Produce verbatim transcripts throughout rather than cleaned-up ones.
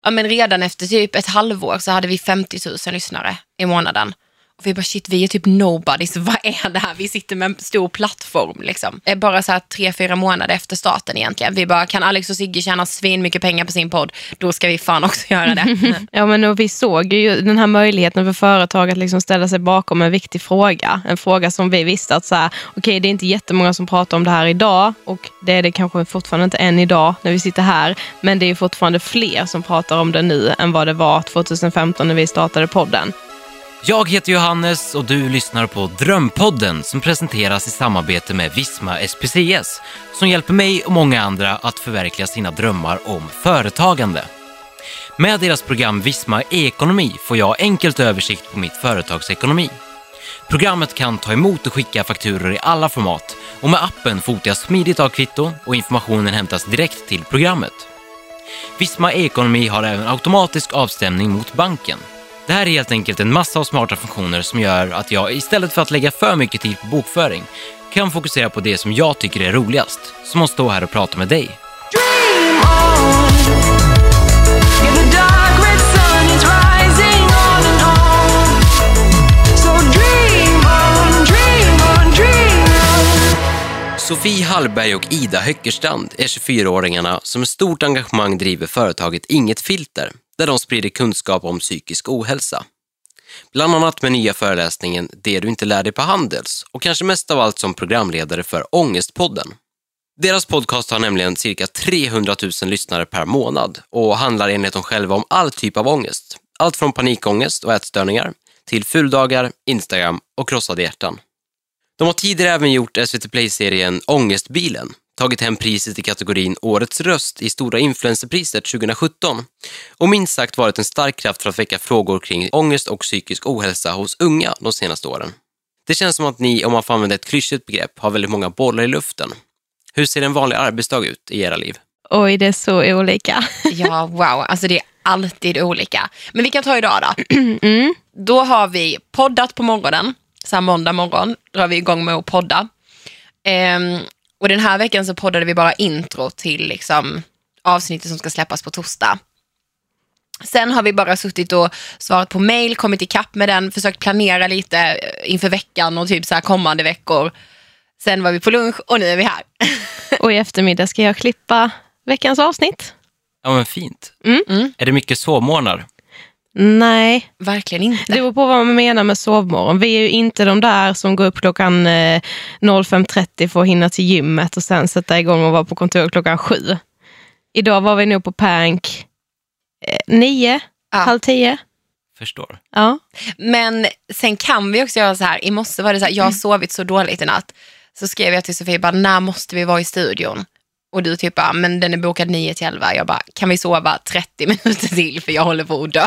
Ja, men redan efter typ ett halvår så hade vi femtio tusen lyssnare i månaden. Och vi bara, shit, vi är typ nobody, så vad är det här? Vi sitter med en stor plattform liksom. Bara så här tre, fyra månader efter starten egentligen. Vi bara, kan Alex och Sigge tjäna svin mycket pengar på sin podd? Då ska vi fan också göra det. Ja, men och vi såg ju den här möjligheten för företag att liksom ställa sig bakom en viktig fråga. En fråga som vi visste att så här, okej, okay, det är inte jättemånga som pratar om det här idag. Och det är det kanske fortfarande inte än idag när vi sitter här. Men det är fortfarande fler som pratar om det nu än vad det var tjugohundrafemton när vi startade podden. Jag heter Johannes och du lyssnar på Drömpodden som presenteras i samarbete med Visma S P C S som hjälper mig och många andra att förverkliga sina drömmar om företagande. Med deras program Visma e-ekonomi får jag enkelt översikt på mitt företagsekonomi. Programmet kan ta emot och skicka fakturor i alla format och med appen fotar jag smidigt av kvitton och informationen hämtas direkt till programmet. Visma e-ekonomi har även automatisk avstämning mot banken. Det här är helt enkelt en massa av smarta funktioner som gör att jag istället för att lägga för mycket tid på bokföring kan fokusera på det som jag tycker är roligast, som att stå här och prata med dig. Sofie Hallberg och Ida Höckerstrand är tjugofyraåringarna som med stort engagemang driver företaget Inget Filter, där de sprider kunskap om psykisk ohälsa. Bland annat med nya föreläsningen Det du inte lär dig på Handels och kanske mest av allt som programledare för Ångestpodden. Deras podcast har nämligen cirka trehundratusen lyssnare per månad och handlar enligt dem själva om all typ av ångest. Allt från panikångest och ätstörningar till fuldagar, Instagram och krossade hjärtan. De har tidigare även gjort S V T Play-serien Ångestbilen, tagit hem priset i kategorin Årets röst i Stora influencerpriset tjugosjutton och minst sagt varit en stark kraft för att väcka frågor kring ångest och psykisk ohälsa hos unga de senaste åren. Det känns som att ni, om man får använda ett klyschigt begrepp, har väldigt många bollar i luften. Hur ser en vanlig arbetsdag ut i era liv? Oj, det är så olika. Ja, wow. Alltså det är alltid olika. Men vi kan ta idag då. Mm. Då har vi poddat på morgonen. Så här måndag morgon drar vi igång med att podda. Ehm, och den här veckan så poddade vi bara intro till liksom avsnittet som ska släppas på torsdag. Sen har vi bara suttit och svarat på mail, kommit i kapp med den, försökt planera lite inför veckan och typ så här kommande veckor. Sen var vi på lunch och nu är vi här. Och i eftermiddag ska jag klippa veckans avsnitt. Ja, men fint. Mm. Mm. Är det mycket sovmorgnar? Nej, verkligen inte. Det beror på vad man menar med sovmorgon. Vi är ju inte de där som går upp klockan eh, fem trettio för att hinna till gymmet och sen sätta igång och vara på kontor klockan sju. Idag var vi nog på Pank eh, nio, ja. halv tio. Förstår. Ja. Men sen kan vi också göra så här. I morse var det så här, jag har sovit så dåligt i natt. Så skrev jag till Sofie, bara, när måste vi vara i studion? Och du typ bara, men den är bokad nio till elva. Jag bara, kan vi sova trettio minuter till för jag håller på att dö.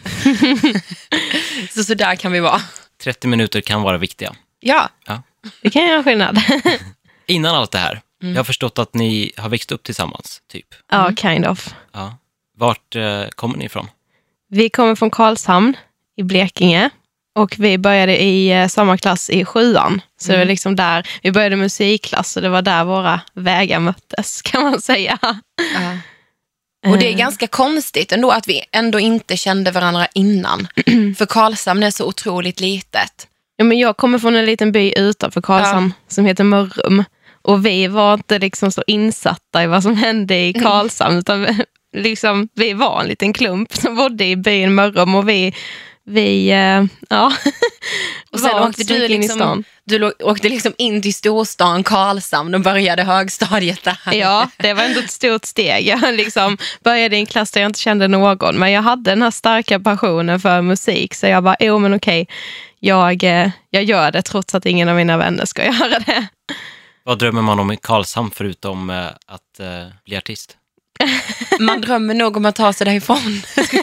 så så där kan vi vara. trettio minuter kan vara viktiga. Ja. Ja. Det kan göra skillnad. Innan allt det här, Mm. jag har förstått att ni har växt upp tillsammans, typ. Ja, Mm. kind of. Ja. Vart eh, kommer ni ifrån? Vi kommer från Karlshamn i Blekinge. Och vi började i eh, samma klass i sjuan. Så Mm. det var liksom där, vi började musikklass och det var där våra vägar möttes, kan man säga. Ja. Och det är ganska konstigt ändå att vi ändå inte kände varandra innan. För Karlshamn är så otroligt litet. Ja, men jag kommer från en liten by utanför Karlshamn som heter Mörrum. Och vi var inte liksom så insatta i vad som hände i Karlshamn. Utan vi, liksom, vi var en liten klump som bodde i byn Mörrum och vi... Vi, uh, ja. Och sen åkte du liksom, du lo- åkte liksom in till storstan Karlshamn och började högstadiet där. Ja, det var ändå ett stort steg. Jag liksom började i en klass där jag inte kände någon. Men jag hade den här starka passionen för musik. Så jag bara, jo men okej, jag, jag gör det trots att ingen av mina vänner ska göra det. Vad drömmer man om i Karlshamn förutom eh, att eh, bli artist? Man drömmer nog om att ta sig därifrån.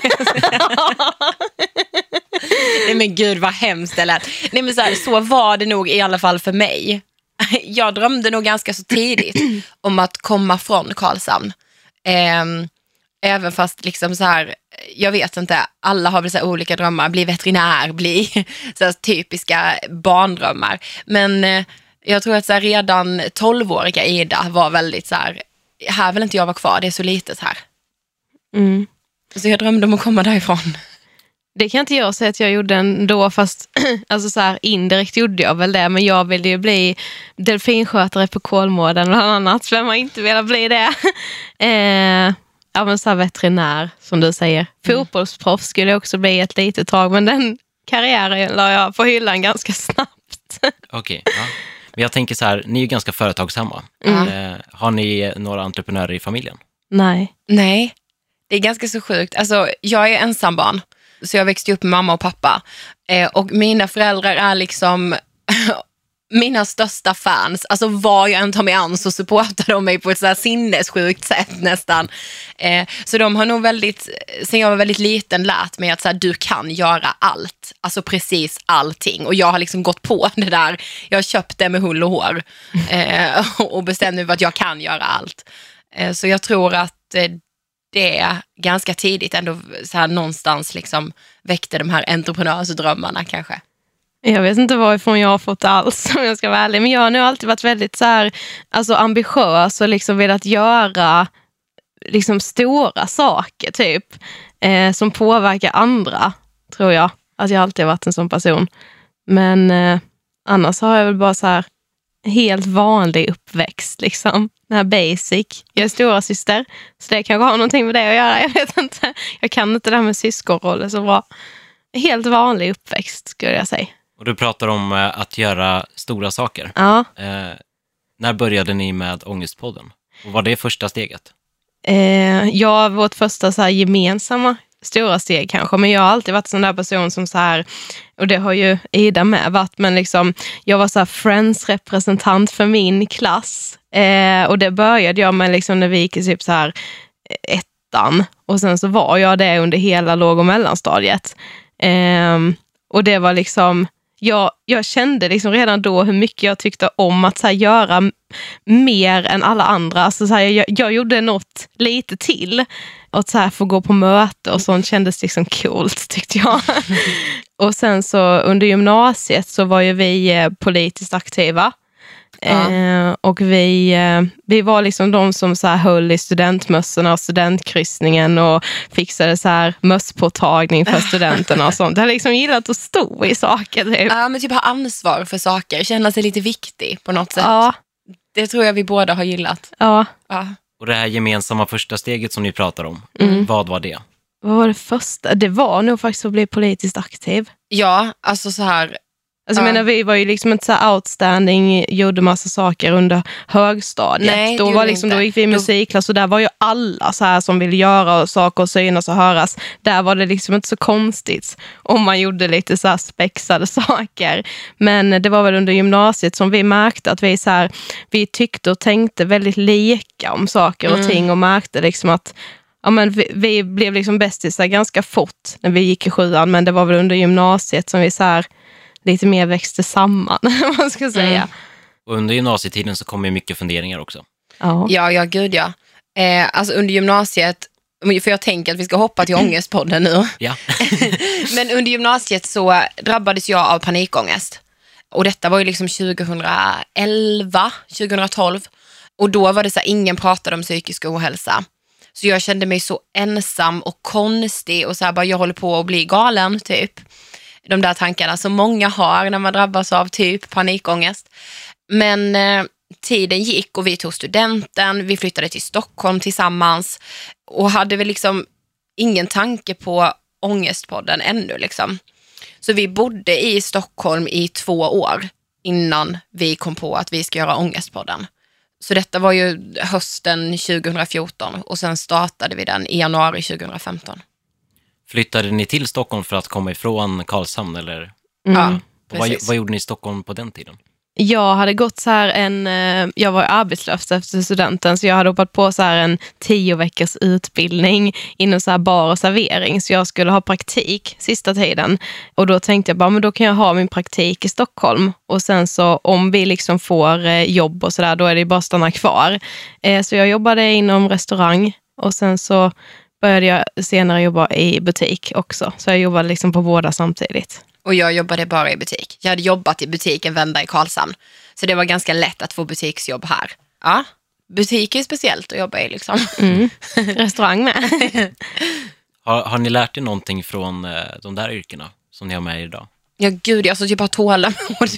Nej men gud vad hemskt det lät. Nej men så, här, så var det nog i alla fall för mig. Jag drömde nog ganska så tidigt om att komma från Karlshamn. Ehm, även fast liksom så här, jag vet inte, alla har väl så här olika drömmar. Bli veterinär, bli så här typiska barndrömmar. Men eh, jag tror att så här, redan tolvåriga Ida var väldigt så här, här vill inte jag vara kvar, det är så litet här. Mm. Så jag drömde om att komma därifrån. Det kan inte jag säga att jag gjorde ändå, fast alltså så här, indirekt gjorde jag väl det. Men jag ville ju bli delfinskötare på Kolmården bland annat. Vem har inte velat bli det? eh, ja, men så här veterinär, som du säger. Mm. Fotbollsproffs skulle jag också bli ett litet tag, men den karriären la jag på hyllan ganska snabbt. Okej, okay, ja. Men jag tänker så här, ni är ju ganska företagsamma. Mm. Eh, har ni några entreprenörer i familjen? Nej. Nej, det är ganska så sjukt. Alltså, jag är ensambarn. Så jag växte upp med mamma och pappa. Eh, och mina föräldrar är liksom mina största fans. Alltså vad jag än tar mig an så supportar de mig på ett så här sinnessjukt sätt nästan. Eh, så de har nog väldigt, sen jag var väldigt liten, lärt mig att så här, du kan göra allt. Alltså precis allting. Och jag har liksom gått på det där. Jag har köpt det med hull och hår. Eh, och bestämt mig för att jag kan göra allt. Eh, så jag tror att eh, det ganska tidigt ändå så här någonstans liksom väckte de här entreprenörsdrömmarna kanske. Jag vet inte varifrån jag har fått alls, om jag ska vara ärlig. Men jag har nu alltid varit väldigt så här, alltså ambitiös och liksom velat göra liksom stora saker typ. Eh, som påverkar andra, tror jag. Att jag alltid har varit en sån person. Men eh, annars har jag väl bara så här helt vanlig uppväxt liksom. Den här basic. Jag är stora syster, så det kanske har någonting med det att göra. Jag vet inte. Jag kan inte det här med syskonroller så bra. Helt vanlig uppväxt skulle jag säga. Och du pratar om eh, att göra stora saker. Ja. Eh, när började ni med Ångestpodden? Och var det första steget? Eh, ja, vårt första så här gemensamma stora steg kanske. Men jag har alltid varit en sån där person som så här, och det har ju Ida med varit, men liksom, jag var så här Friends-representant för min klass. Eh, och det började jag med liksom när vi gick i typ så här ettan. Och sen så var jag det under hela låg- och mellanstadiet. Eh, och det var liksom, jag, jag kände liksom redan då hur mycket jag tyckte om att så här, göra mer än alla andra. Alltså, så här, jag, jag gjorde något lite till. Och så här, få gå på möte och sånt kändes liksom coolt, tyckte jag. Och sen så under gymnasiet så var ju vi eh, politiskt aktiva. Ja. Eh, och vi, eh, vi var liksom de som så här höll i studentmössorna och studentkryssningen och fixade så här mösspåtagning för studenterna och sånt. Jag har liksom gillat att stå i saker. Typ. Ja, men typ ha ansvar för saker, känna sig lite viktig på något sätt. Ja. Det tror jag vi båda har gillat. Ja. Ja. Och det här gemensamma första steget som ni pratar om, Mm. vad var det? Vad var det första? Det var nog faktiskt att bli politiskt aktiv. Ja, alltså så här. Alltså ja. jag menar, vi var ju liksom inte så här outstanding, gjorde massa saker under högstadiet. Nej, då, var liksom, då gick vi i musikklass och där var ju alla så här som ville göra saker och synas och höras. Där var det liksom inte så konstigt om man gjorde lite så här spexade saker. Men det var väl under gymnasiet som vi märkte att vi, så här, vi tyckte och tänkte väldigt lika om saker och mm. ting och märkte liksom att ja, men vi, vi blev liksom bästisar ganska fort när vi gick i sjuan, men det var väl under gymnasiet som vi så här lite mer växte samman, vad man ska säga. Mm. Och under gymnasietiden så kommer ju mycket funderingar också. Ja, ja, ja gud ja. Eh, alltså under gymnasiet, för jag tänker att vi ska hoppa till Ångestpodden nu. Ja. Men under gymnasiet så drabbades jag av panikångest. Och detta var ju liksom tjugoelva, tjugotolv. Och då var det så här, ingen pratade om psykisk ohälsa. Så jag kände mig så ensam och konstig och så här, bara jag håller på att bli galen typ. De där tankarna som många har när man drabbas av typ panikångest. Men eh, tiden gick och vi tog studenten, vi flyttade till Stockholm tillsammans och hade väl liksom ingen tanke på Ångestpodden ännu liksom. Så vi bodde i Stockholm i två år innan vi kom på att vi ska göra Ångestpodden. Så detta var ju hösten tjugofjorton och sen startade vi den i januari tjugofemton. Flyttade ni till Stockholm för att komma ifrån Karlshamn eller? Mm. Ja, och vad, vad gjorde ni i Stockholm på den tiden? Jag hade gått så här en, jag var arbetslös efter studenten så jag hade hoppat på så här en tio veckors utbildning inom så här bar och servering så jag skulle ha praktik sista tiden och då tänkte jag bara men då kan jag ha min praktik i Stockholm och sen så om vi liksom får jobb och sådär då är det bara att stanna kvar. Så jag jobbade inom restaurang och sen så började jag senare jobba i butik också så jag jobbade liksom på båda samtidigt. Och jag jobbade bara i butik. Jag hade jobbat i butiken Vända i Karlshamn. Så det var ganska lätt att få butiksjobb här. Ja, butik är speciellt att jobba i liksom. Mm. Restaurang med. Har, har ni lärt er någonting från eh, de där yrkena som ni har med er idag? Ja, gud, jag så typ har tålamod.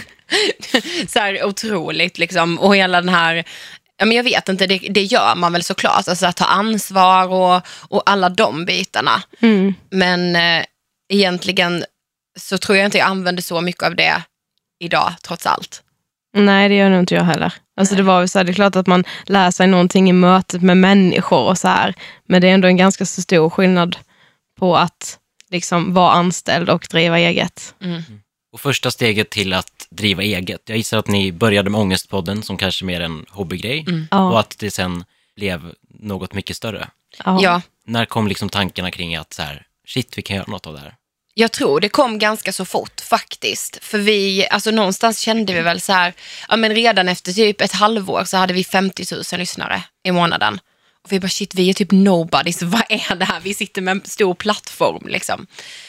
Så här otroligt liksom. Och hela den här, ja, men jag vet inte, det, det gör man väl såklart. Alltså att ta ansvar och, och alla de bitarna. Mm. Men eh, egentligen så tror jag inte jag använder så mycket av det idag, trots allt. Nej, det gör nog inte jag heller. Alltså det var ju så här, det är klart att man lär sig någonting i mötet med människor och så här. Men det är ändå en ganska så stor skillnad på att liksom vara anställd och driva eget. Mm. Och första steget till att driva eget. Jag gissar att ni började med Ångestpodden som kanske mer en hobbygrej. Mm. Ja. Och att det sen blev något mycket större. Ja. Ja, När kom liksom tankarna kring att så här, shit, vi kan göra något av det här? jag tror det kom ganska så fort faktiskt. För vi, alltså någonstans kände vi väl så här, ja men redan efter typ ett halvår så hade vi femtio tusen lyssnare i månaden. Och vi bara shit, vi är typ nobody, så vad är det här? Vi sitter med en stor plattform liksom.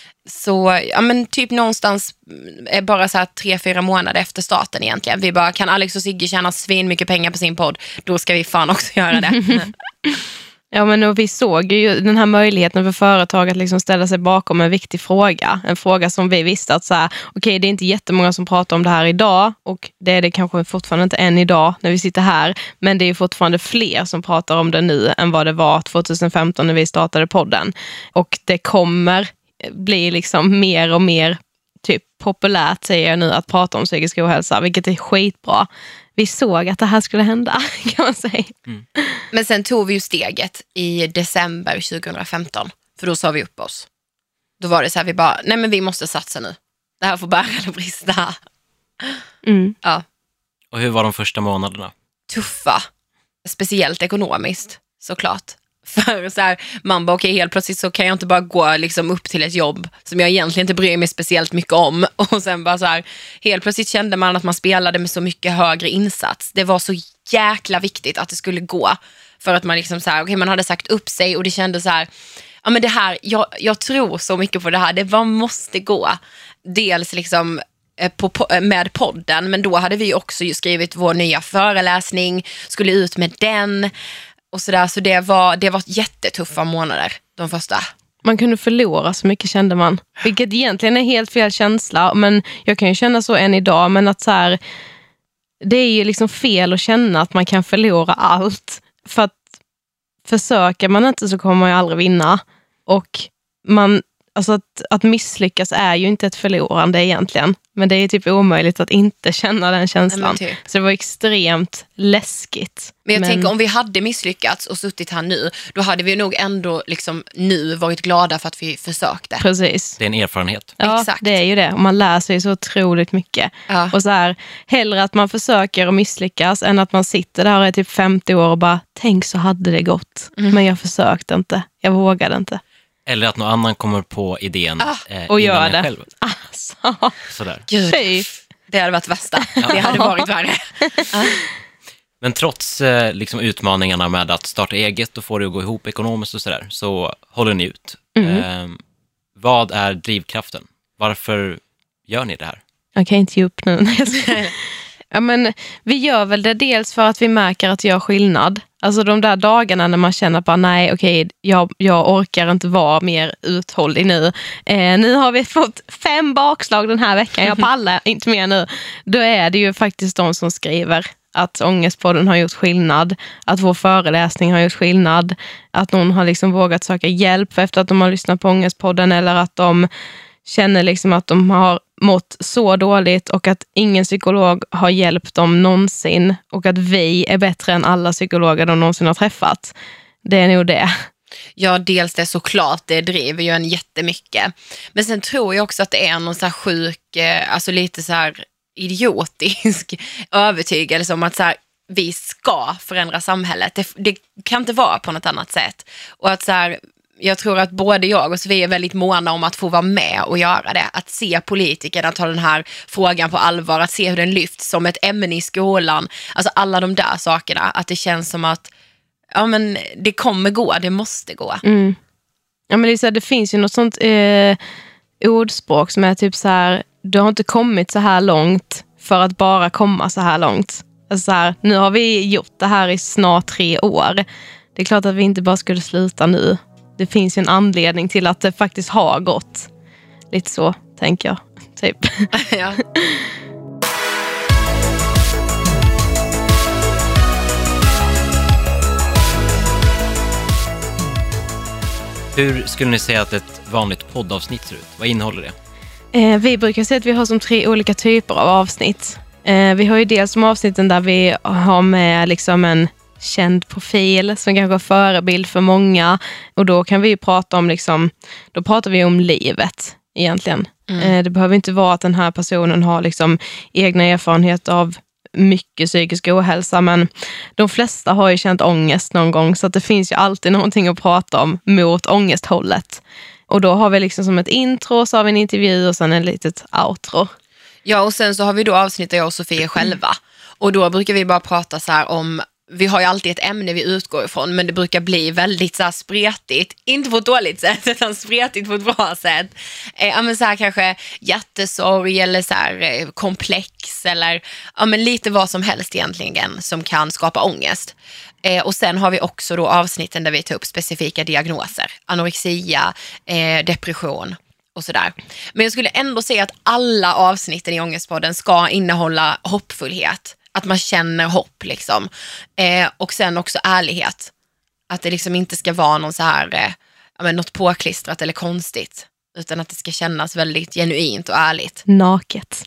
Så ja men typ någonstans är bara så här tre, fyra månader efter starten egentligen. Vi bara, kan Alex och Sigge tjäna svin mycket pengar på sin podd? Då ska vi fan också göra det. Ja, men och vi såg ju den här möjligheten för företag att liksom ställa sig bakom en viktig fråga. En fråga som vi visste att så här, okej, det är inte jättemånga som pratar om det här idag och det är det kanske fortfarande inte än idag när vi sitter här, men det är fortfarande fler som pratar om det nu än vad det var tjugohundrafemton när vi startade podden. Och det kommer bli liksom mer och mer typ populärt, säger jag nu, att prata om psykisk ohälsa, vilket är skitbra. Vi såg att det här skulle hända, kan man säga. Mm. Men sen tog vi ju steget i december tjugohundrafemton. För då sa vi upp oss. Då var det så här, vi bara, nej men vi måste satsa nu. Det här får bära eller brista. Mm. Ja, Och hur var de första månaderna? tuffa. Speciellt ekonomiskt, såklart. För så här, man bara, okej, okay, helt plötsligt så kan jag inte bara gå liksom upp till ett jobb som jag egentligen inte bryr mig speciellt mycket om. Och sen bara så här, helt plötsligt kände man att man spelade med så mycket högre insats. Det var så jäkla viktigt att det skulle gå. För att man liksom så här, okej, okay, man hade sagt upp sig och det kände så här, ja men det här, jag, jag tror så mycket på det här, det bara måste gå. Dels liksom På, med podden, men då hade vi också skrivit vår nya föreläsning, skulle ut med den och sådär, så det var, det var jättetuffa månader, de första. Man kunde förlora så mycket, kände man, vilket egentligen är helt fel känsla, men jag kan ju känna så än idag, men att så här, det är ju liksom fel att känna att man kan förlora allt, för att försöker man inte så kommer man ju aldrig vinna, och man Alltså att, att misslyckas är ju inte ett förlorande egentligen. Men det är typ omöjligt att inte känna den känslan. Typ. Så det var extremt läskigt. Men jag men... tänker, om vi hade misslyckats och suttit här nu, då hade vi nog ändå liksom nu varit glada för att vi försökte. Precis. Det är en erfarenhet. Ja, Exakt. det är ju det. Och man lär sig så otroligt mycket. Ja. Och så här, hellre att man försöker och misslyckas än att man sitter där och är typ femtio år och bara, tänk så hade det gått. Mm. Men jag försökte inte. Jag vågade inte. Eller att någon annan kommer på idén Ah, eh, och innan gör en det. själv. Alltså, Sådär. Gud, fy. det hade varit värsta. Det hade varit värre. Ja. Men trots eh, liksom utmaningarna med att starta eget och få det att gå ihop ekonomiskt och sådär, så håller ni ut. Mm. Eh, vad är drivkraften? Varför gör ni det här? Jag kan inte ge upp nu. Ja, men vi gör väl det dels för att vi märker att det gör skillnad. Alltså de där dagarna när man känner bara nej, okej, jag, jag orkar inte vara mer uthållig nu. Eh, nu har vi fått fem bakslag den här veckan, jag pallar inte mer nu. Då är det ju faktiskt de som skriver att Ångestpodden har gjort skillnad, att vår föreläsning har gjort skillnad, att någon har liksom vågat söka hjälp efter att de har lyssnat på Ångestpodden, eller att de känner liksom att de har mått så dåligt och att ingen psykolog har hjälpt dem någonsin, och att vi är bättre än alla psykologer de någonsin har träffat. Det är nog det. Ja, dels det såklart, det driver ju en jättemycket. Men sen tror jag också att det är någon så här sjuk, alltså lite så här idiotisk övertygelse om att så här, vi ska förändra samhället. Det, det kan inte vara på något annat sätt. Och att så här, jag tror att både jag och Sofie är väldigt måna om att få vara med och göra det. Att se politikerna ta den här frågan på allvar. Att se hur den lyfts som ett ämne i skolan. Alltså alla de där sakerna. Att det känns som att ja, men det kommer gå, det måste gå. Mm. Ja, men det, är så här, det finns ju något sånt eh, ordspråk som är typ så här: du har inte kommit så här långt för att bara komma så här långt. Alltså så här, nu har vi gjort det här i snart tre år. Det är klart att vi inte bara skulle sluta nu. det finns ju en anledning till att det faktiskt har gått. Lite så, tänker jag. Typ. Ja. Hur skulle ni säga att ett vanligt poddavsnitt ser ut? Vad innehåller det? Eh, vi brukar säga att vi har som tre olika typer av avsnitt. Eh, vi har ju dels som avsnitten där vi har med liksom en känd profil som kanske är förebild för många. Och då kan vi ju prata om liksom, då pratar vi om livet egentligen. Mm. Eh, det behöver inte vara att den här personen har liksom egna erfarenheter av mycket psykisk ohälsa, men de flesta har ju känt ångest någon gång, så att det finns ju alltid någonting att prata om mot ångesthållet. Och då har vi liksom som ett intro, så har vi en intervju och sen en litet outro. Ja, och sen så har vi då avsnittat jag och Sofie själva. Och då brukar vi bara prata så här om, vi har ju alltid ett ämne vi utgår ifrån, men det brukar bli väldigt så här spretigt, inte på ett dåligt sätt utan spretigt på ett bra sätt. Eh, ja, men så här kanske hjärtesorg eller så här eh, komplex eller ja, men lite vad som helst egentligen som kan skapa ångest. Eh, och sen har vi också då avsnitten där vi tar upp specifika diagnoser, anorexia, eh, depression och sådär. Men jag skulle ändå säga att alla avsnitten i Ångestpodden ska innehålla hoppfullhet. Att man känner hopp liksom. Eh, och sen också ärlighet. Att det liksom inte ska vara någon så här, eh, ja, men något påklistrat eller konstigt. Utan att det ska kännas väldigt genuint och ärligt. Naket.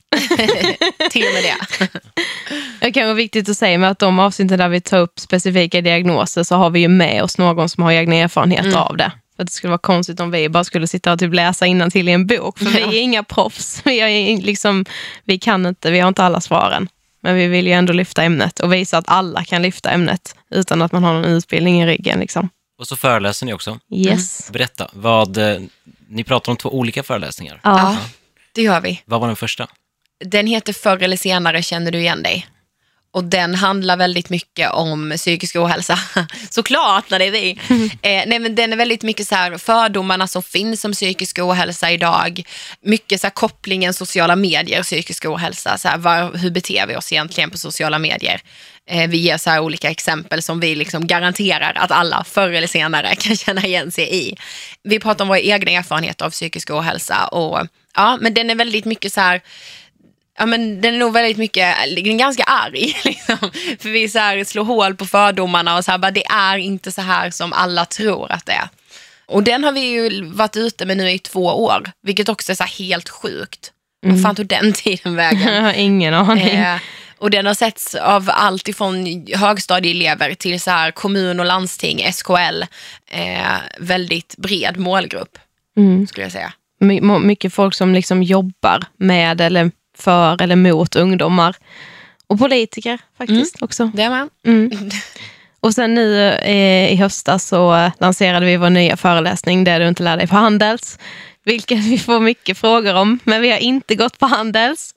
Till och med det. Det kan vara viktigt att säga med att de avsnitten där vi tar upp specifika diagnoser, så har vi ju med oss någon som har egna erfarenheter mm. av det. För det skulle vara konstigt om vi bara skulle sitta och typ läsa innantill i en bok. För ja. vi är inga proffs. Vi, är liksom, vi kan inte, vi har inte alla svaren. Men vi vill ju ändå lyfta ämnet och visa att alla kan lyfta ämnet utan att man har någon utbildning i ryggen. Liksom. Och så föreläser ni också. Yes. Mm. Berätta, vad, ni pratar om två olika föreläsningar. Ja, ja, det gör vi. Vad var den första? Den heter Förr eller senare känner du igen dig. Och den handlar väldigt mycket om psykisk ohälsa. Såklart när det är vi. Mm. Eh, nej, men den är väldigt mycket så här fördomarna som finns om psykisk ohälsa idag. Mycket så här kopplingen sociala medier, psykisk ohälsa. Så här, var, hur beter vi oss egentligen på sociala medier? Eh, vi ger så här olika exempel som vi liksom garanterar att alla förr eller senare kan känna igen sig i. Vi pratar om våra egna erfarenheter av psykisk ohälsa. Och, ja, men den är väldigt mycket så här... Ja, men den är nog väldigt mycket, den är ganska arg liksom. För vi så här slår hål på fördomarna och så här, bara, det är inte så här som alla tror att det är. Och den har vi ju varit ute med nu i två år, vilket också är så här helt sjukt. Mm. Vad fan tog den tiden vägen? Jag har ingen aning. Eh, och den har setts av allt ifrån högstadieelever till så här kommun och landsting, S K L. Eh, väldigt bred målgrupp, mm. skulle jag säga. My- mycket folk som liksom jobbar med eller för eller mot ungdomar. Och politiker faktiskt mm. också. Det är man. Mm. Och sen nu eh, i höstas så lanserade vi vår nya föreläsning där du inte lär dig på Handels. Vilket vi får mycket frågor om. Men vi har inte gått på Handels.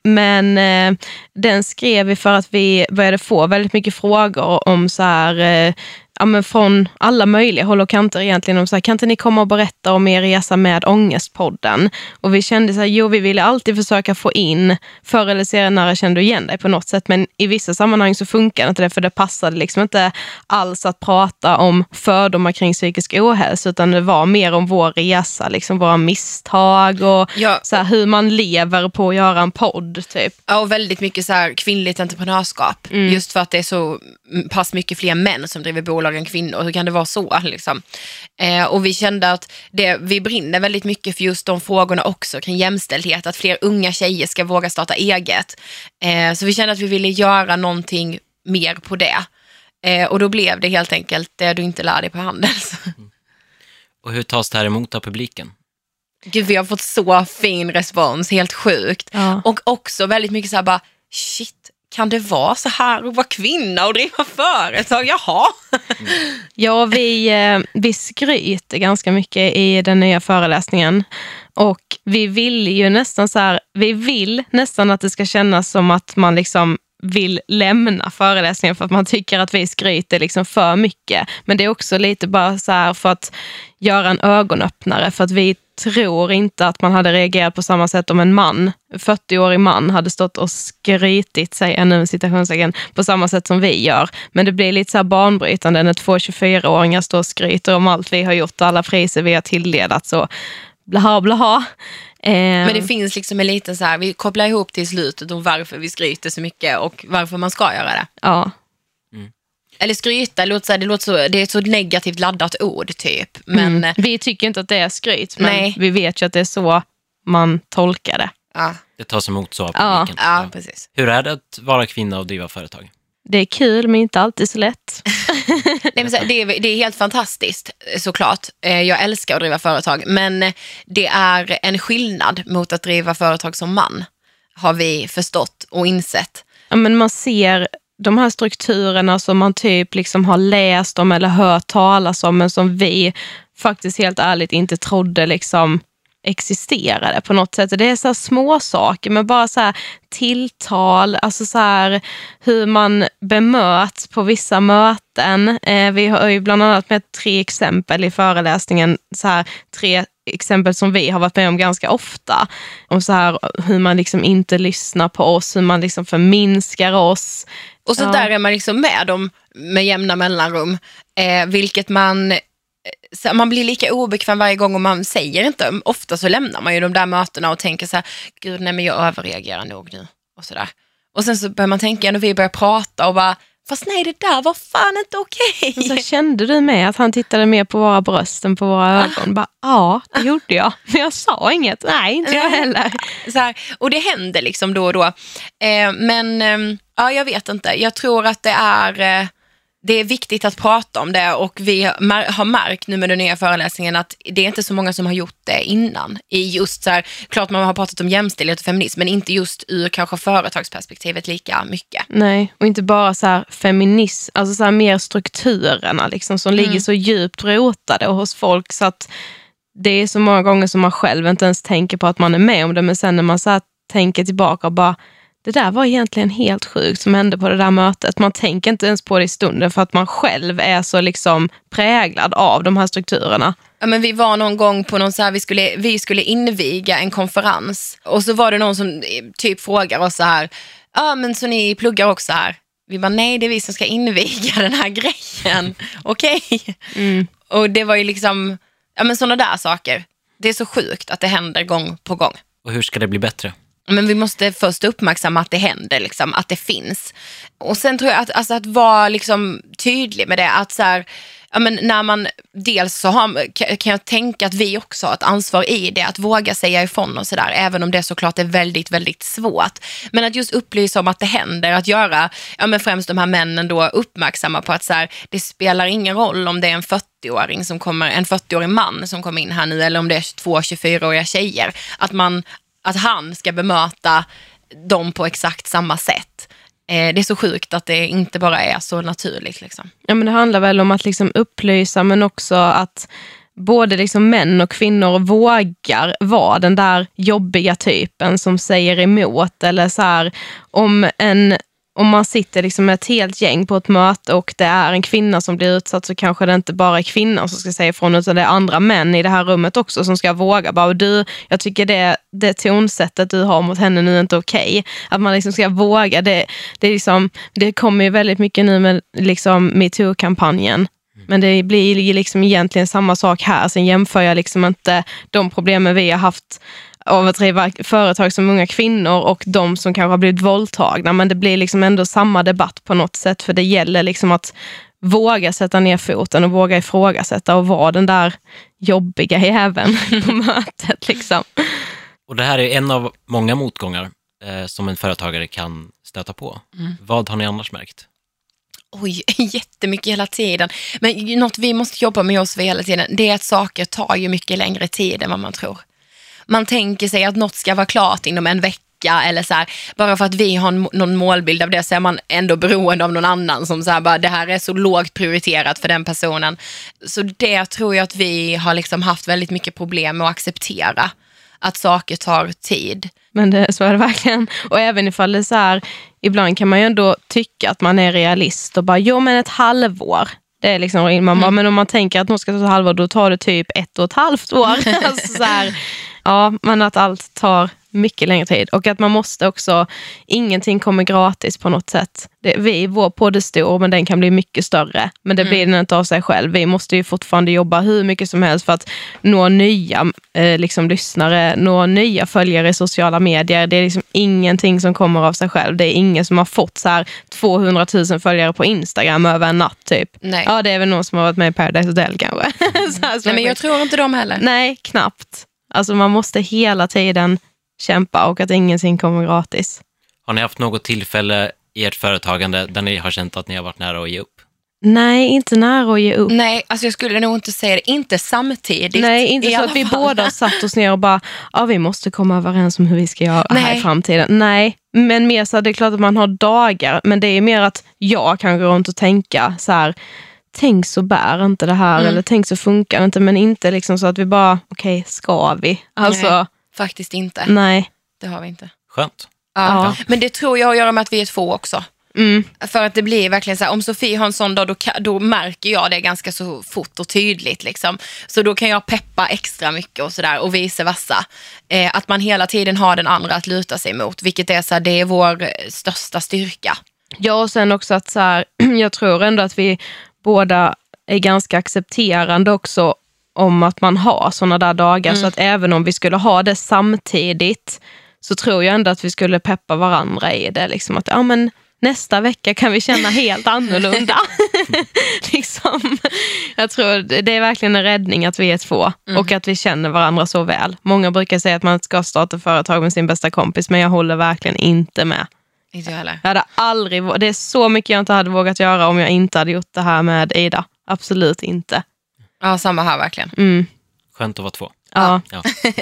Men eh, den skrev vi för att vi började få väldigt mycket frågor om så här... Eh, ja, men från alla möjliga håll och kanter egentligen om så här, kan inte ni komma och berätta om er resa med Ångestpodden? Och vi kände så här, jo vi ville alltid försöka få in, förr eller senare kände du igen dig på något sätt, men i vissa sammanhang så funkar inte det, för det passade liksom inte alls att prata om fördomar kring psykisk ohälsa, utan det var mer om vår resa, liksom våra misstag och ja. så här, hur man lever på att göra en podd typ. Ja, och väldigt mycket så här kvinnligt entreprenörskap, mm. just för att det är så pass mycket fler män som driver bolag än kvinnor. Hur kan det vara så? Liksom? Eh, och vi kände att det, vi brinner väldigt mycket för just de frågorna också kring jämställdhet, att fler unga tjejer ska våga starta eget. Eh, så vi kände att vi ville göra någonting mer på det. Eh, och då blev det helt enkelt det du inte lär dig på Handels. Mm. Och hur tas det här emot av publiken? Gud, vi har fått så fin respons, helt sjukt. Ja. Och också väldigt mycket så här bara, shit, kan det vara så här att vara kvinna och driva företag? Jaha. Mm. Ja, vi, vi skryter ganska mycket i den nya föreläsningen. Och vi vill ju nästan så här, vi vill nästan att det ska kännas som att man liksom vill lämna föreläsningen för att man tycker att vi skryter liksom för mycket. Men det är också lite bara så här för att göra en ögonöppnare, för att vi tror inte att man hade reagerat på samma sätt om en man, fyrtioårig man, hade stått och skrytit sig ännu en citationssägen på samma sätt som vi gör. Men det blir lite så här banbrytande när två tjugofyraåringar står och skryter om allt vi har gjort och alla priser vi har tilldelat, så blaha blaha. Eh, Men det finns liksom en liten så här, vi kopplar ihop till slutet om varför vi skryter så mycket och varför man ska göra det. Ja. Mm. Eller skryta, det låter, så här, det, låter så, det är ett så negativt laddat ord typ. Men, mm. Vi tycker inte att det är skryt, men nej. Vi vet ju att det är så man tolkar det. Ja. Det tas emot så av ja. publiken. Ja, precis. Hur är det att vara kvinna och driva företag? Det är kul, men inte alltid så lätt. Nej, men så här, det, är, det är helt fantastiskt, såklart. Jag älskar att driva företag, men det är en skillnad mot att driva företag som man, har vi förstått och insett. Ja, men man ser de här strukturerna som man typ liksom har läst om eller hört talas om, men som vi faktiskt helt ärligt inte trodde liksom existerade på något sätt. Det är så här små saker, men bara så här tilltal, alltså så här hur man bemöts på vissa möten. Eh, vi har ju bland annat med tre exempel i föreläsningen, så här tre exempel som vi har varit med om ganska ofta. Om så här hur man liksom inte lyssnar på oss, hur man liksom förminskar oss. Och så ja. där är man liksom med dem med jämna mellanrum, eh, vilket man så man blir lika obekväm varje gång och man säger inte. Ofta så lämnar man ju de där mötena och tänker så här, gud nej men jag överreagerar nog nu och sådär. Och sen så börjar man tänka när vi börjar prata och bara, fast nej det där var fan inte okej. Okay. Så kände du med att han tittade mer på våra bröst än på våra ögon? Bara, ja, det gjorde jag. Men jag sa inget. Nej, inte jag heller. Så här, och det händer liksom då och då. Eh, men eh, ja, jag vet inte. Jag tror att det är... Eh, Det är viktigt att prata om det, och vi har märkt nu med den nya föreläsningen att det är inte så många som har gjort det innan. I just så här, klart man har pratat om jämställdhet och feminism, men inte just ur kanske företagsperspektivet lika mycket. Nej, och inte bara så här feminism, alltså så här mer strukturerna liksom, som mm. ligger så djupt rotade hos folk, så att det är så många gånger som man själv inte ens tänker på att man är med om det, men sen när man så här tänker tillbaka och bara, det där var egentligen helt sjukt som hände på det där mötet. Man tänker inte ens på det i stunden för att man själv är så liksom präglad av de här strukturerna. Ja, men vi var någon gång på någon så här, vi skulle, vi skulle inviga en konferens, och så var det någon som typ frågar oss så här, ja men så ni pluggar också här? Vi bara, nej det är vi som ska inviga den här grejen. Okej. Okay. Mm. Och det var ju liksom, ja men sådana där saker. Det är så sjukt att det händer gång på gång. Och hur ska det bli bättre? Men vi måste först uppmärksamma att det händer, liksom, att det finns. Och sen tror jag att, alltså, att vara liksom tydlig med det. Att så här, ja, men när man, dels så har, kan jag tänka att vi också har ett ansvar i det. Att våga säga ifrån och sådär. Även om det såklart är väldigt, väldigt svårt. Men att just upplysa om att det händer. Att göra, ja, men främst de här männen då uppmärksamma på att så här, det spelar ingen roll om det är en fyrtioåring som kommer, en fyrtioårig man som kommer in här nu. Eller om det är två tjugofyraåriga tjejer. Att man... att han ska bemöta dem på exakt samma sätt. Eh, det är så sjukt att det inte bara är så naturligt. Liksom. Ja, men det handlar väl om att liksom upplysa, men också att både liksom män och kvinnor vågar vara den där jobbiga typen som säger emot. Eller så här, om en... Om man sitter liksom med ett helt gäng på ett möte och det är en kvinna som blir utsatt, så kanske det inte bara är kvinnan som ska säga ifrån, utan det är andra män i det här rummet också som ska våga. Bara, du, jag tycker det, det tonsättet du har mot henne nu är inte okej. Att man liksom ska våga. Det, det, är liksom, det kommer ju väldigt mycket nu med liksom MeToo-kampanjen. Men det blir liksom egentligen samma sak här. Sen jämför jag liksom inte de problemen vi har haft av att driva företag som unga kvinnor och de som kanske har blivit våldtagna, men det blir liksom ändå samma debatt på något sätt, för det gäller liksom att våga sätta ner foten och våga ifrågasätta och vara den där jobbiga jäveln på mötet liksom. Och det här är en av många motgångar eh, som en företagare kan stöta på. Mm. Vad har ni annars märkt? Oj, jättemycket hela tiden. Men något vi måste jobba med oss hela tiden, det är att saker tar ju mycket längre tid än vad man tror. Man tänker sig att något ska vara klart inom en vecka eller så här, bara för att vi har någon målbild av det, så är man ändå beroende av någon annan som så här, bara, det här är så lågt prioriterat för den personen. Så det tror jag att vi har liksom haft väldigt mycket problem med att acceptera, att saker tar tid. Men det, så är det verkligen. Och även ifall det är så här, ibland kan man ju ändå tycka att man är realist och bara, jo men ett halvår. Det är liksom, man bara, mm. men om man tänker att något ska ta ett halvår, då tar det typ ett och ett halvt år. Alltså så här, ja, men att allt tar mycket längre tid. Och att man måste också, ingenting kommer gratis på något sätt. Det, vi, vår podd är stor, men den kan bli mycket större. Men det mm. blir den inte av sig själv. Vi måste ju fortfarande jobba hur mycket som helst för att nå nya eh, liksom, lyssnare, nå nya följare i sociala medier. Det är liksom ingenting som kommer av sig själv. Det är ingen som har fått så här tvåhundratusen följare på Instagram över en natt typ. Nej. Ja, det är väl någon som har varit med i Paradise Hotel kanske. Mm. så här, så Nej, men jag tror inte de heller. Nej, knappt. Alltså man måste hela tiden kämpa och att ingenting kommer gratis. Har ni haft något tillfälle i ert företagande där ni har känt att ni har varit nära att ge upp? Nej, inte nära att ge upp. Nej, alltså jag skulle nog inte säga det. Inte samtidigt. Nej, inte så att vi fall. båda satt oss ner och bara, ja, vi måste komma överens om hur vi ska göra Nej. här i framtiden. Nej, men mer så det är klart att man har dagar, men det är mer att jag kan gå runt och tänka så här, tänk så bär inte det här, mm. eller tänk så funkar det inte, men inte liksom så att vi bara, okej, okay, ska vi? Alltså, Nej, faktiskt inte. Nej. Det har vi inte. Skönt. Ja. Ja. Men det tror jag har att göra med att vi är två också. Mm. För att det blir verkligen så här, om Sofie har en sån dag, då, då märker jag det ganska så fort och tydligt liksom. Så då kan jag peppa extra mycket och sådär, och vice versa. Eh, att man hela tiden har den andra att luta sig mot, vilket är så här, det är vår största styrka. Ja, och sen också att så här, jag tror ändå att vi båda är ganska accepterande också om att man har såna där dagar, mm. så att även om vi skulle ha det samtidigt, så tror jag ändå att vi skulle peppa varandra i det, liksom att ja, men nästa vecka kan vi känna helt annorlunda. liksom. Jag tror det är verkligen en räddning att vi är två, mm. och att vi känner varandra så väl. Många brukar säga att man ska starta företag med sin bästa kompis, men jag håller verkligen inte med. Inte jag heller. Jag hade aldrig, det är så mycket jag inte hade vågat göra om jag inte hade gjort det här med Ida. Absolut inte. Ja, samma här verkligen. Mm. Skönt att vara två. Ja. ja.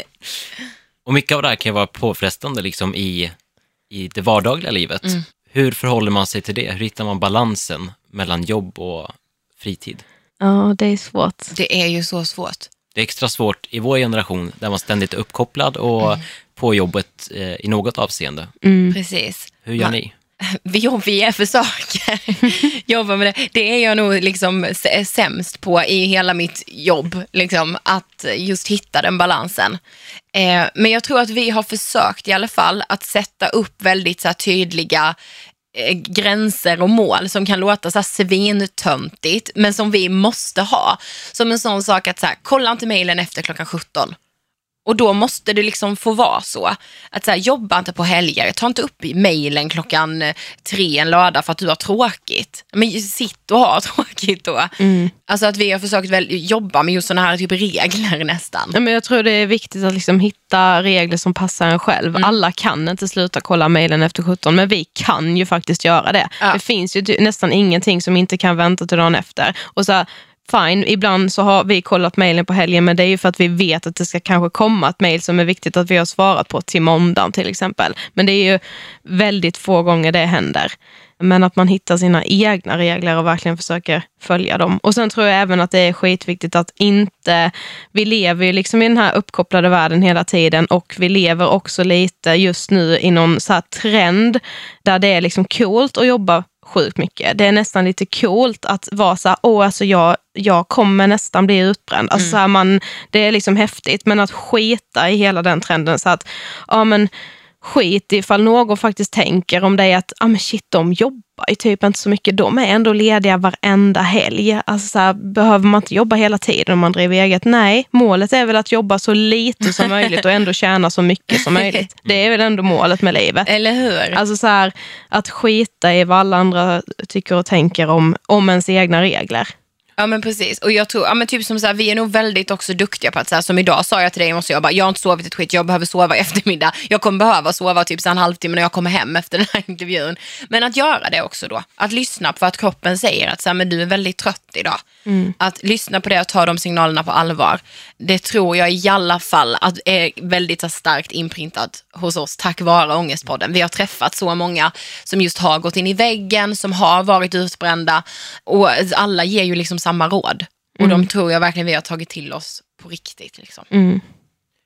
Och mycket av det här kan vara påfrestande liksom i, i det vardagliga livet. Mm. Hur förhåller man sig till det? Hur hittar man balansen mellan jobb och fritid? Ja, det är svårt. Det är ju så svårt. Det är extra svårt i vår generation där man ständigt är uppkopplad och mm. på jobbet eh, i något avseende. Mm. Precis. Hur gör man, ni? Vi jobbar är för saker. Jobbar med det. Det är jag nog liksom sämst på i hela mitt jobb. Liksom, att just hitta den balansen. Eh, men jag tror att vi har försökt i alla fall att sätta upp väldigt så här, tydliga eh, gränser och mål som kan låta så här svintöntigt, men som vi måste ha. Som en sån sak att så här, kolla inte mejlen efter klockan sjutton. Och då måste det liksom få vara så. Att så här, jobba inte på helger. Ta inte upp i mejlen klockan tre en lördag för att du har tråkigt. Men sitt och ha tråkigt då. Mm. Alltså att vi har försökt väl jobba med just såna här typ regler nästan. Ja, men jag tror det är viktigt att liksom hitta regler som passar en själv. Mm. Alla kan inte sluta kolla mejlen efter sjutton, men vi kan ju faktiskt göra det. Ja. Det finns ju nästan ingenting som inte kan vänta till dagen efter. Och så här, fine, ibland så har vi kollat mejlen på helgen, men det är ju för att vi vet att det ska kanske komma ett mejl som är viktigt att vi har svarat på till måndagen till exempel. Men det är ju väldigt få gånger det händer. Men att man hittar sina egna regler och verkligen försöker följa dem. Och sen tror jag även att det är skitviktigt att inte, vi lever ju liksom i den här uppkopplade världen hela tiden, och vi lever också lite just nu i någon så här trend där det är liksom coolt att jobba sjukt mycket. Det är nästan lite coolt att vara så här, åh, alltså jag, jag kommer nästan bli utbränd. Alltså mm. så här, man, det är liksom häftigt, men att skita i hela den trenden, så att, ja men skit ifall någon faktiskt tänker om det är att, ja men shit, de jobbar ju typ inte så mycket, de är ändå lediga varenda helg. Alltså så här, behöver man inte jobba hela tiden om man driver eget? Nej, målet är väl att jobba så lite som möjligt och ändå tjäna så mycket som möjligt. Det är väl ändå målet med livet. Eller hur? Alltså så här, att skita i vad alla andra tycker och tänker om, om ens egna regler. Ja men precis, och jag tror, ja men typ som så här, vi är nog väldigt också duktiga på att så här, som idag sa jag till dig, jag måste jobba, jag har inte sovit ett skit, jag behöver sova i eftermiddag, jag kommer behöva sova typ så en halvtimme när jag kommer hem efter den här intervjun, men att göra det också då, att lyssna på att kroppen säger att så här, men du är väldigt trött idag, mm. att lyssna på det och ta de signalerna på allvar, det tror jag i alla fall att är väldigt så starkt inprintat hos oss tack vare Ångestpodden. Vi har träffat så många som just har gått in i väggen, som har varit utbrända, och alla ger ju liksom samma råd. Och mm. de tror jag verkligen vi har tagit till oss på riktigt. Liksom. Mm.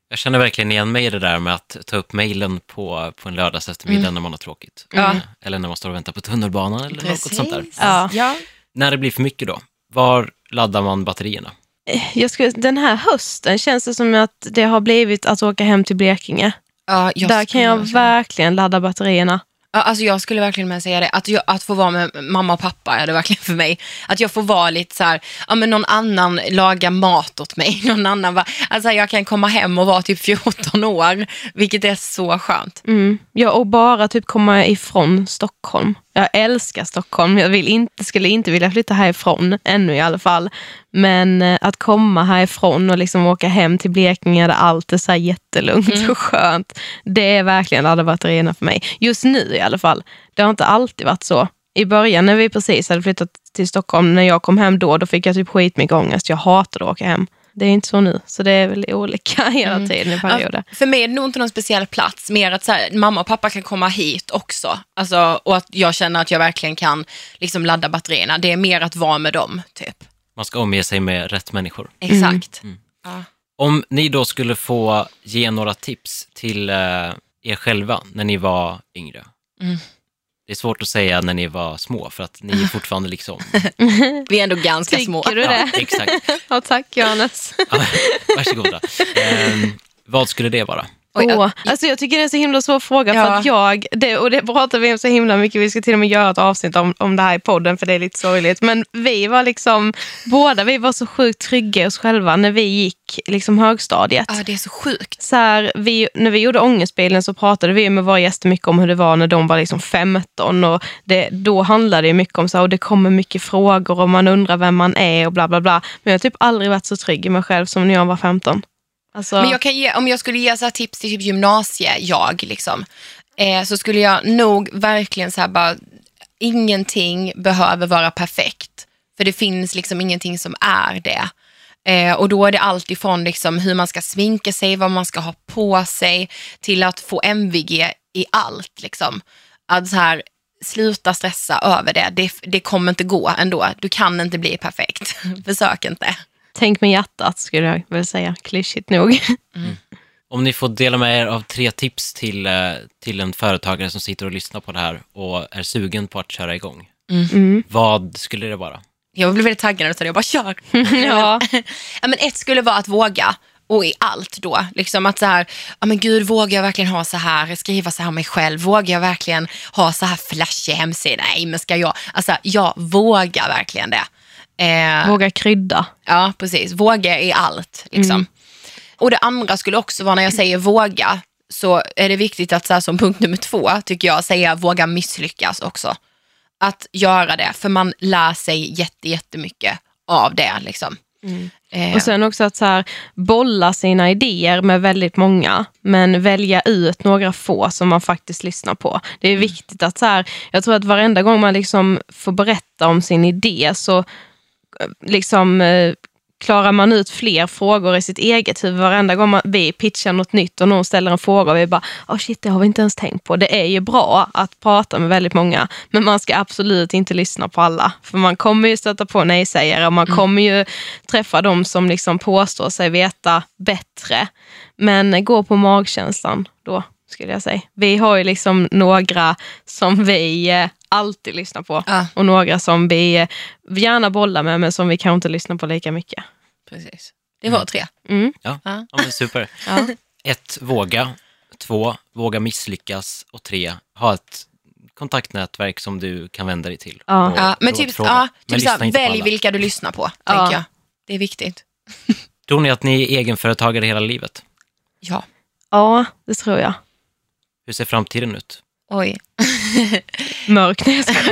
Jag känner verkligen igen mig i det där med att ta upp mejlen på, på en lördags eftermiddag mm. när man har tråkigt. Ja. Eller när man står och väntar på tunnelbanan eller Precis. något sånt där. Ja. Ja. När det blir för mycket då, var laddar man batterierna? Jag skulle, den här hösten känns det som att det har blivit att åka hem till Blekinge. Ja, jag Där kan jag verkligen ladda batterierna. Ja, alltså jag skulle verkligen med säga det. Att, jag, att få vara med mamma och pappa är det verkligen för mig. Att jag får vara lite så här, ja men någon annan lagar mat åt mig. Någon annan va, alltså jag kan komma hem och vara typ fjorton år. Vilket är så skönt. Mm. Ja, och bara typ komma ifrån Stockholm. Jag älskar Stockholm. Jag vill inte, skulle inte vilja flytta härifrån, ännu i alla fall. Men eh, att komma härifrån och liksom åka hem till Blekinge där allt är så här jättelugnt mm. och skönt. Det är verkligen ladda batterierna för mig. Just nu i alla fall. Det har inte alltid varit så. I början när vi precis hade flyttat till Stockholm, när jag kom hem då, då fick jag typ skitmycket ångest. Jag hatade att åka hem. Det är inte så nu, så det är väl olika hela mm. tiden i perioder. Ja, för mig är det nog inte någon speciell plats, mer att så här, mamma och pappa kan komma hit också. Alltså, och att jag känner att jag verkligen kan liksom ladda batterierna. Det är mer att vara med dem, typ. Man ska omge sig med rätt människor. Exakt. Mm. Ja. Om ni då skulle få ge några tips till uh, er själva när ni var yngre. Mm. Det är svårt att säga när ni var små, för att ni är fortfarande liksom... Vi är ändå ganska Tycker små. du det? Ja, exakt. Ja, tack Johannes. Ja, varsågoda. Um, vad skulle det vara? Oj, oh, alltså jag tycker det är en så himla svår fråga ja. för att jag, det, och det pratar vi om så himla mycket, vi ska till och med göra ett avsnitt om, om det här i podden för det är lite sorgligt, men vi var liksom, båda vi var så sjukt trygga i oss själva när vi gick liksom högstadiet. Ja, det är så sjukt. Så här, vi, när vi gjorde Ångestbilen så pratade vi med våra gäster mycket om hur det var när de var liksom femton och det, då handlade det mycket om så här, och det kommer mycket frågor och man undrar vem man är och bla bla bla, men jag har typ aldrig varit så trygg i mig själv som när jag var femton. Alltså... Men jag kan ge, om jag skulle ge så här tips till typ gymnasie, jag liksom, eh, så skulle jag nog verkligen så här bara, ingenting behöver vara perfekt. För det finns liksom ingenting som är det. Eh, och då är det allt ifrån liksom hur man ska sminka sig, vad man ska ha på sig, till att få M V G i allt liksom. Att så här, sluta stressa över det. det. Det kommer inte gå ändå. Du kan inte bli perfekt. Försök inte. Tänk med hjärtat skulle jag väl säga, klyschigt nog. Mm. Om ni får dela med er av tre tips till, till en företagare som sitter och lyssnar på det här och är sugen på att köra igång. Mm. Mm. Vad skulle det vara? Jag blev väldigt taggad så jag bara kör. ja. ja, men ett skulle vara att våga. Och i allt då, liksom att så här, ja men gud, vågar jag verkligen ha så här, skriva så här om mig själv, vågar jag verkligen ha så här flashig hemsida, nej men ska jag, alltså jag vågar verkligen det. Eh, våga krydda. Ja, precis, våga i allt liksom. Mm. Och det andra skulle också vara, när jag säger våga, så är det viktigt att så här, som punkt nummer två, tycker jag, säga våga misslyckas också. Att göra det, för man lär sig jätte, jättemycket av det liksom. Mm. Eh. Och sen också att så här, bolla sina idéer med väldigt många, men välja ut några få som man faktiskt lyssnar på. Det är viktigt att så här, jag tror att varenda gång man liksom får berätta om sin idé så liksom eh, klarar man ut fler frågor i sitt eget huvud. Varenda gång man, vi pitchar något nytt och någon ställer en fråga och vi bara, åh oh shit, det har vi inte ens tänkt på. Det är ju bra att prata med väldigt många, men man ska absolut inte lyssna på alla. För man kommer ju stöta på nej-sägare och man mm. kommer ju träffa dem som liksom påstår sig veta bättre. Men gå på magkänslan då, skulle jag säga. Vi har ju liksom några som vi eh, alltid lyssnar på. Ja. Och några som vi eh, gärna bollar med, men som vi kanske inte lyssnar på lika mycket. Precis. Det var mm. tre. Mm. Ja. Ja. Ja, men super. Ja. Ett, våga. Två, våga misslyckas. Och tre, ha ett kontaktnätverk som du kan vända dig till. Ja, ja men typ, ja, typ så här, välj vilka du lyssnar på, ja. tänker jag. Det är viktigt. Tror ni att ni är egenföretagare hela livet? Ja. Ja, det tror jag. Hur ser framtiden ut? Oj. Mörk.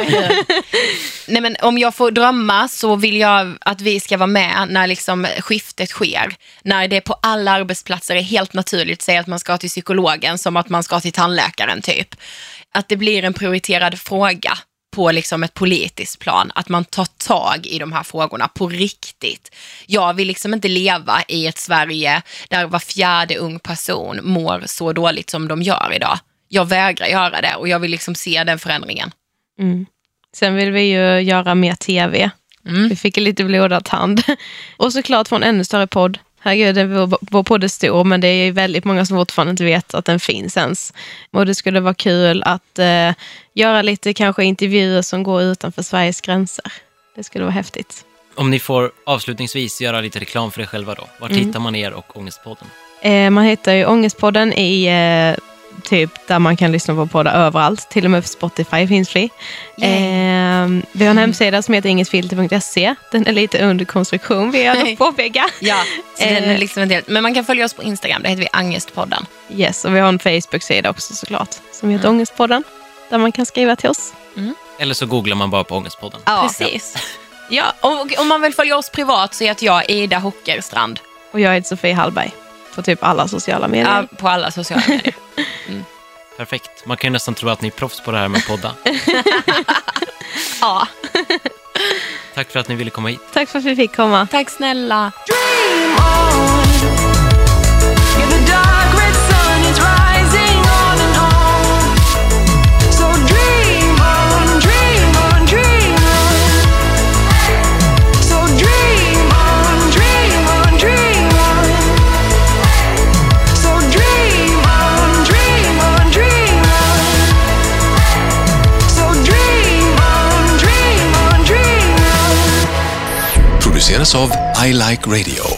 Nej, men om jag får drömma så vill jag att vi ska vara med när liksom skiftet sker. När det på alla arbetsplatser är helt naturligt att säga att man ska till psykologen som att man ska till tandläkaren typ. Att det blir en prioriterad fråga på liksom ett politiskt plan. Att man tar tag i de här frågorna på riktigt. Jag vill liksom inte leva i ett Sverige där var fjärde ung person mår så dåligt som de gör idag. Jag vägrar göra det och jag vill liksom se den förändringen. Mm. Sen vill vi ju göra mer tv. Mm. Vi fick lite blodad tand. Och såklart få en ännu större podd. Herregud, det var, var på det stor, men det är väldigt många som fortfarande inte vet att den finns ens. Och det skulle vara kul att eh, göra lite kanske intervjuer som går utanför Sveriges gränser. Det skulle vara häftigt. Om ni får avslutningsvis göra lite reklam för er själva då. Var Mm. hittar man er och Ångestpodden? Eh, man hittar ju Ångestpodden i eh, typ där man kan lyssna på poddar överallt. Till och med på Spotify finns vi. Eh, vi har en hemsida som heter ingetfilter punkt se. Den är lite under konstruktion, vill jag nog påpeka. Ja, så den är Eh. liksom en del. Men man kan följa oss på Instagram, det heter vi Angestpodden. Yes, och vi har en Facebook-sida också såklart. Som heter Ångestpodden. Där man kan skriva till oss. Eller så googlar man bara på Ångestpodden. Ja, precis. Ja, och om man vill följa oss privat så heter jag Ida Hockerstrand. Och jag heter Sofie Hallberg. På typ alla sociala medier. Ja, på alla sociala medier. Perfekt. Man kan ju nästan tro att ni är proffs på det här med podda. Ja, Tack för att ni ville komma hit. Tack för att vi fick komma. tack snälla. Dream on. Yeah, the dark red sun is rising on and on. So dream on, dream on, dream on. So dream on, dream on, dream on. So dream on, dream on, dream on. So dream on, dream on, dream on. Produceras av I Like Radio.